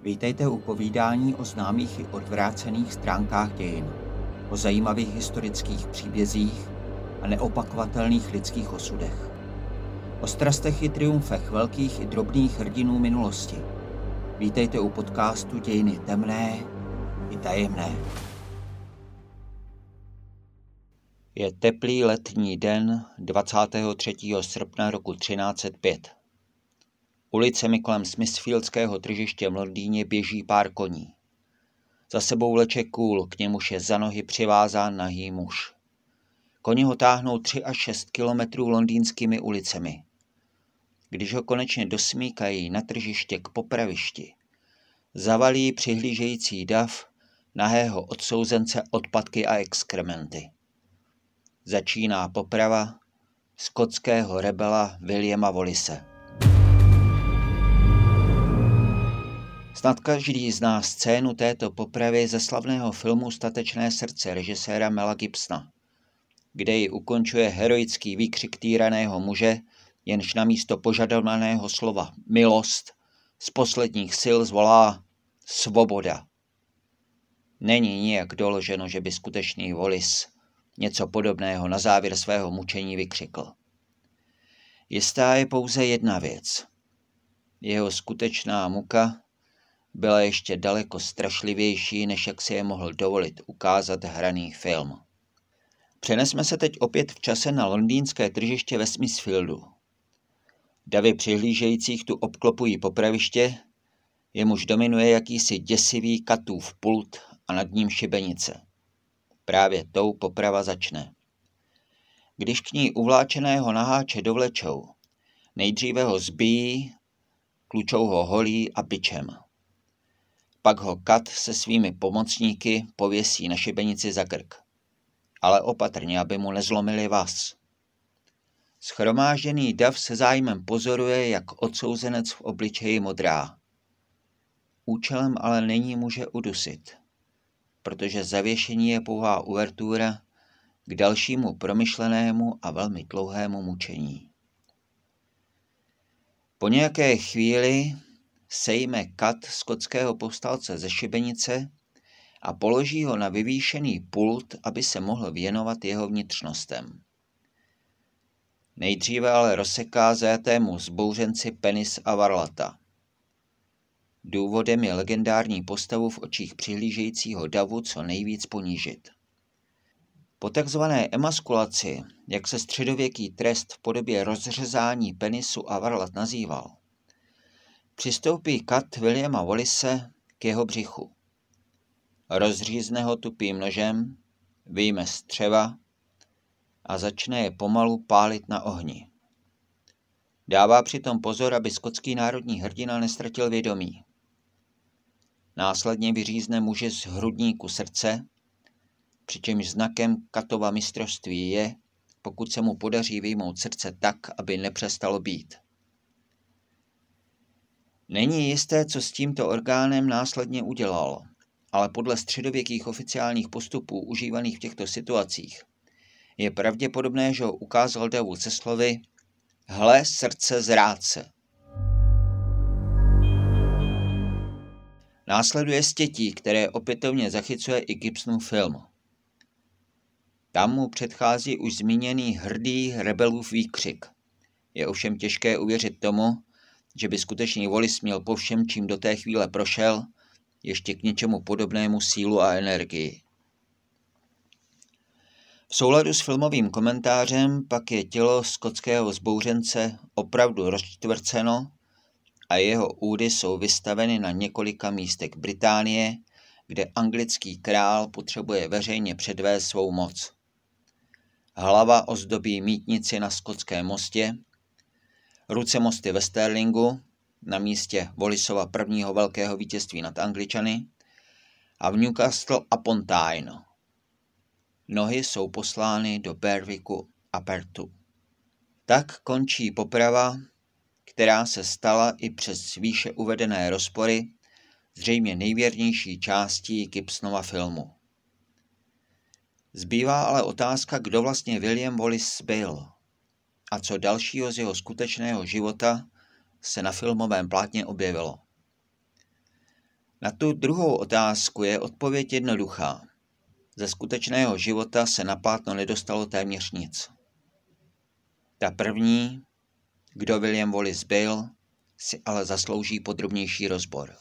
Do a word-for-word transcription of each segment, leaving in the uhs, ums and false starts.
Vítejte u povídání o známých i odvrácených stránkách dějin, o zajímavých historických příbězích a neopakovatelných lidských osudech. O strastech i triumfech velkých i drobných hrdinů minulosti. Vítejte u podcastu Dějiny temné i tajemné. Je teplý letní den dvacátého třetího srpna roku třináct set pět. Ulicemi kolem Smithfieldského tržiště v Londýně běží pár koní. Za sebou vleče kůl, k němuž je za nohy přivázán nahý muž. Koně ho táhnou tři až šest kilometrů londýnskými ulicemi. Když ho konečně dosmíkají na tržiště k popravišti, zavalí přihlížející dav nahého odsouzence odpadky a exkrementy. Začíná poprava skotského rebela Williama Wallise. Snad každý zná scénu této popravy ze slavného filmu Statečné srdce režiséra Mela Gibsona, kde ji ukončuje heroický výkřik týraného muže, jenž namísto požadovaného slova milost z posledních sil zvolá svoboda. Není nijak doloženo, že by skutečný Wallace něco podobného na závěr svého mučení vykřikl. Jistá je pouze jedna věc. Jeho skutečná muka byla ještě daleko strašlivější, než jak si je mohl dovolit ukázat hraný film. Přenesme se teď opět v čase na londýnské tržiště ve Smithfieldu. Davy přihlížejících tu obklopují popraviště, jemuž dominuje jakýsi děsivý katův pult a nad ním šibenice. Právě tou poprava začne. Když k ní uvláčeného naháče dovlečou, nejdříve ho zbijí, klučou ho holí a bičem. Pak ho kat se svými pomocníky pověsí na šibenici za krk. Ale opatrně, aby mu nezlomili vaz. Shromážděný dav se zájmem pozoruje, jak odsouzenec v obličeji modrá. Účelem ale není muže udusit, protože zavěšení je pouhá uvertura k dalšímu promyšlenému a velmi dlouhému mučení. Po nějaké chvíli sejme kat skotského povstalce ze šibenice a položí ho na vyvýšený pult, aby se mohl věnovat jeho vnitřnostem. Nejdříve ale rozseká zajatému zbouřenci penis a varlata. Důvodem je legendární postavu v očích přihlížejícího davu co nejvíc ponížit. Po takzvané emaskulaci, jak se středověký trest v podobě rozřezání penisu a varlat nazýval, přistoupí kat Williama Wallise k jeho břichu. Rozřízne ho tupým nožem, vyjme střeva a začne je pomalu pálit na ohni. Dává přitom pozor, aby skotský národní hrdina nestratil vědomí. Následně vyřízne muže z hrudníku srdce, přičemž znakem katova mistrovství je, pokud se mu podaří vyjmout srdce tak, aby nepřestalo být. Není jisté, co s tímto orgánem následně udělal, ale podle středověkých oficiálních postupů užívaných v těchto situacích je pravděpodobné, že ho ukázal davu se slovy hle srdce zrádce. Následuje stětí, které opětovně zachycuje i Gibsonův film. Tam mu předchází už zmíněný hrdý rebelův výkřik. Je ovšem těžké uvěřit tomu, že by skutečný Wallace měl po všem, čím do té chvíle prošel, ještě k něčemu podobnému sílu a energii. V souladu s filmovým komentářem pak je tělo skotského zbouřence opravdu rozčtvrceno a jeho údy jsou vystaveny na několika místech Británie, kde anglický král potřebuje veřejně předvést svou moc. Hlava ozdobí mítnici na Skotském mostě, ruce mosty ve Stirlingu, na místě Wallisova prvního velkého vítězství nad Angličany, a v Newcastle upon Tyne. Nohy jsou poslány do Berwicku a Perthu. Tak končí poprava, která se stala i přes výše uvedené rozpory zřejmě nejvěrnější částí Gibsonova filmu. Zbývá ale otázka, kdo vlastně William Wallace byl a co dalšího z jeho skutečného života se na filmovém plátně objevilo. Na tu druhou otázku je odpověď jednoduchá. Ze skutečného života se na plátno nedostalo téměř nic. Ta první, kdo William Wallace byl, si ale zaslouží podrobnější rozbor.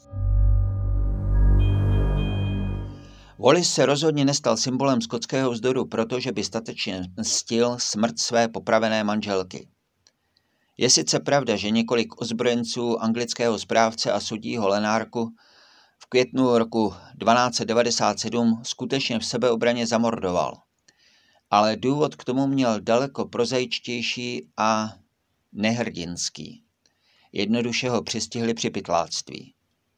Wallace se rozhodně nestal symbolem skotského vzdoru, protože by statečně mstil smrt své popravené manželky. Je sice pravda, že několik ozbrojenců anglického správce a sudího Lenárku v květnu roku dvanáct set devadesát sedm skutečně v sebeobraně zamordoval, ale důvod k tomu měl daleko prozaičtější a nehrdinský. Jednoduše ho přistihli při pytláctví.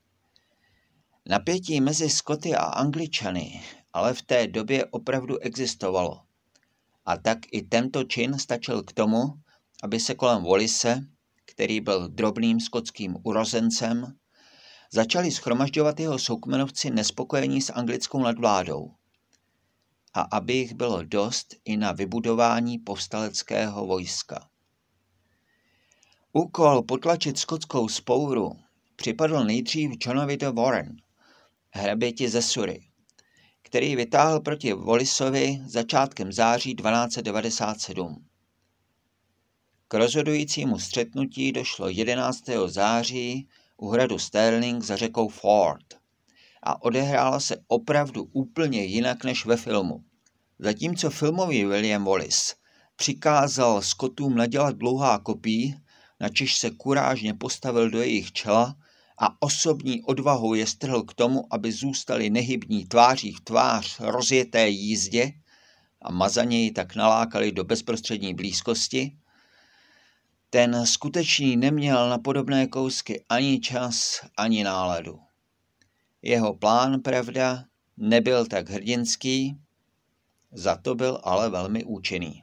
Napětí mezi Skoty a Angličany ale v té době opravdu existovalo. A tak i tento čin stačil k tomu, aby se kolem Wallace, který byl drobným skotským urozencem, začali shromažďovat jeho soukmenovci nespokojení s anglickou nadvládou. A aby jich bylo dost i na vybudování povstaleckého vojska. Úkol potlačit skotskou vzpouru připadl nejdřív Johnovi de Warenne, hraběti ze Surrey, který vytáhl proti Wallaceovi začátkem září dvanáct set devadesát sedm. K rozhodujícímu střetnutí došlo jedenáctého září u hradu Stirling za řekou Ford a odehrálo se opravdu úplně jinak než ve filmu. Zatímco filmový William Wallace přikázal Skotům nadělat dlouhá kopí, načež se kurážně postavil do jejich čela a osobní odvahou je strhl k tomu, aby zůstali nehybní tváří v tvář rozjeté jízdě a mazaně ji tak nalákali do bezprostřední blízkosti, ten skutečný neměl na podobné kousky ani čas, ani náladu. Jeho plán, pravda, nebyl tak hrdinský, za to byl ale velmi účinný.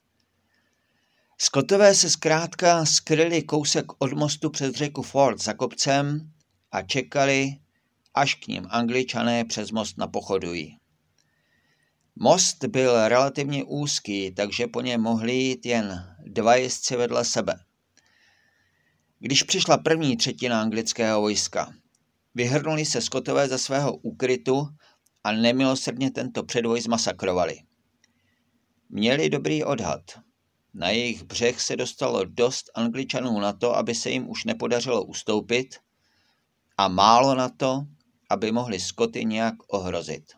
Skotové se zkrátka skryli kousek od mostu přes řeku Ford za kopcem a čekali, až k ním Angličané přes most napochodují. Most byl relativně úzký, takže po něm mohli jít jen dva jezdci vedle sebe. Když přišla první třetina anglického vojska, vyhrnuli se Skotové ze svého úkrytu a nemilosrdně tento předvoj zmasakrovali. Měli dobrý odhad. Na jejich břeh se dostalo dost Angličanů na to, aby se jim už nepodařilo ustoupit, a málo na to, aby mohli Skoty nějak ohrozit.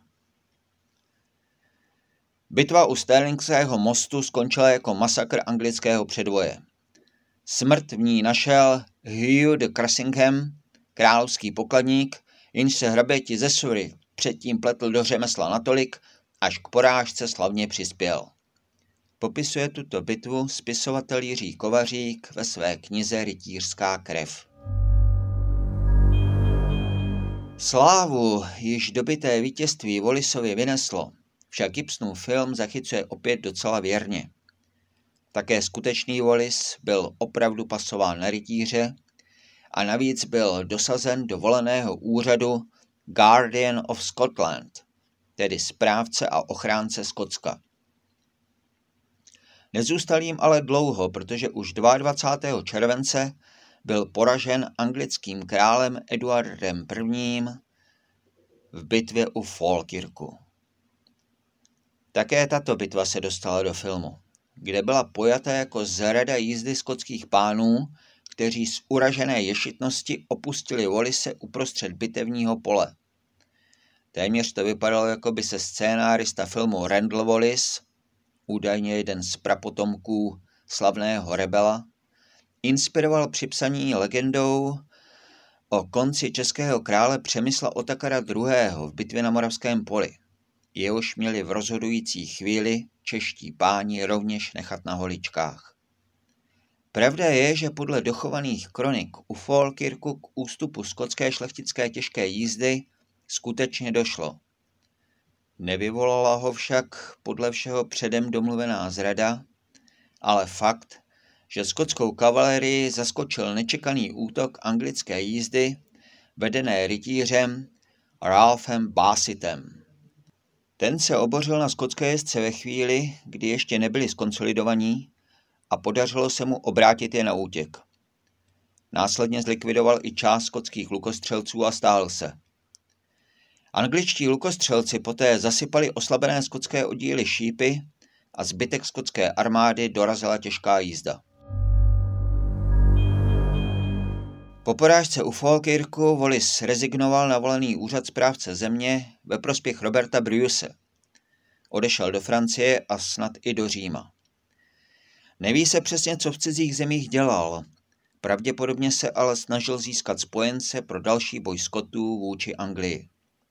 Bitva u Stirlingského mostu skončila jako masakr anglického předvoje. Smrt v ní našel Hugh de Cressingham, královský pokladník, jenž se hraběti ze Surrey předtím pletl do řemesla natolik, až k porážce slavně přispěl. Popisuje tuto bitvu spisovatel Jiří Kovařík ve své knize Rytířská krev. Slávu již dobyté vítězství Wallaceově vyneslo, však Ibsenův film zachycuje opět docela věrně. Také skutečný Wallace byl opravdu pasován na rytíře a navíc byl dosazen do voleného úřadu Guardian of Scotland, tedy správce a ochránce Skotska. Nezůstal jim ale dlouho, protože už dvacátého druhého července byl poražen anglickým králem Eduardem prvním. v bitvě u Falkirku. Také tato bitva se dostala do filmu, kde byla pojata jako zrada jízdy skotských pánů, kteří z uražené ješitnosti opustili Wallace uprostřed bitevního pole. Téměř to vypadalo, jako by se scénárista filmu Randall Wallace, údajně jeden z prapotomků slavného rebela, inspiroval při psaní legendou o konci českého krále Přemysla Otakara druhého. v bitvě na Moravském poli. Jehož měli v rozhodující chvíli čeští páni rovněž nechat na holičkách. Pravda je, že podle dochovaných kronik u Falkirku k ústupu skotské šlechtické těžké jízdy skutečně došlo. Nevyvolala ho však podle všeho předem domluvená zrada, ale fakt, že skotskou kavalerii zaskočil nečekaný útok anglické jízdy, vedené rytířem Ralphem Bassitem. Ten se obořil na skotské jezdce ve chvíli, kdy ještě nebyli skonsolidovaní, a podařilo se mu obrátit je na útěk. Následně zlikvidoval i část skotských lukostřelců a stál se. Angličtí lukostřelci poté zasypali oslabené skotské oddíly šípy a zbytek skotské armády dorazila těžká jízda. Po porážce u Falkirku Wallis rezignoval na volený úřad správce země ve prospěch Roberta Bruce. Odešel do Francie a snad i do Říma. Neví se přesně, co v cizích zemích dělal. Pravděpodobně se ale snažil získat spojence pro další boj Skotů vůči Anglii.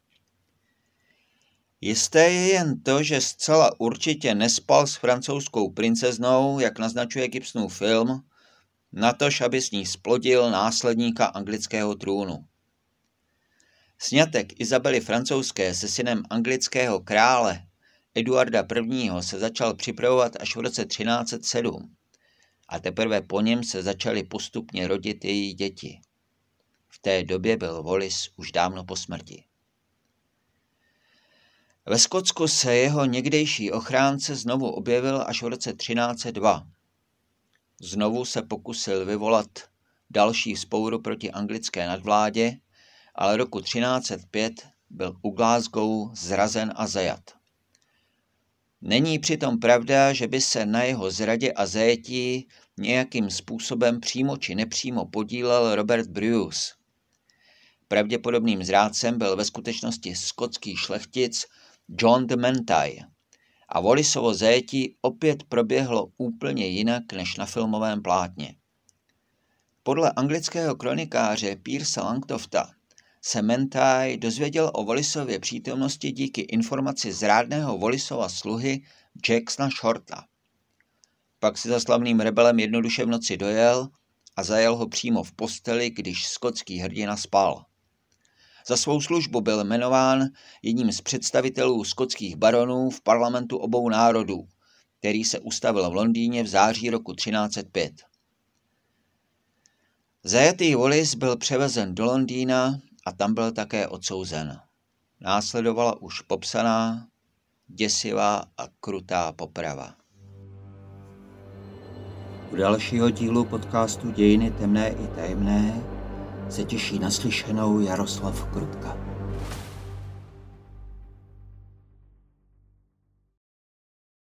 Jisté je jen to, že zcela určitě nespal s francouzskou princeznou, jak naznačuje Gibsonův film, natož aby s ní splodil následníka anglického trůnu. Sňatek Izabely francouzské se synem anglického krále Eduarda prvního. Se začal připravovat až v roce třináct set sedm a teprve po něm se začaly postupně rodit její děti. V té době byl Wallis už dávno po smrti. Ve Skotsku se jeho někdejší ochránce znovu objevil až v roce třináct set dva. Znovu se pokusil vyvolat další vzpouru proti anglické nadvládě, ale roku třináct set pět byl u Glasgow zrazen a zajat. Není přitom pravda, že by se na jeho zradě a zajetí nějakým způsobem přímo či nepřímo podílel Robert Bruce. Pravděpodobným zrádcem byl ve skutečnosti skotský šlechtic John de Mentai a Wallisovo zajetí opět proběhlo úplně jinak než na filmovém plátně. Podle anglického kronikáře Pierce Langtofta se Mentai dozvěděl o Wallisově přítomnosti díky informaci zrádného Wallisova sluhy Jacksona Shorta. Pak si za slavným rebelem jednoduše v noci dojel a zajel ho přímo v posteli, když skotský hrdina spal. Za svou službu byl jmenován jedním z představitelů skotských baronů v parlamentu obou národů, který se ustavil v Londýně v září roku třináct set pět. Zajatý Wallis byl převezen do Londýna a tam byl také odsouzen. Následovala už popsaná, děsivá a krutá poprava. U dalšího dílu podcastu Dějiny temné i tajemné se těší naslyšenou Jaroslav Krutka.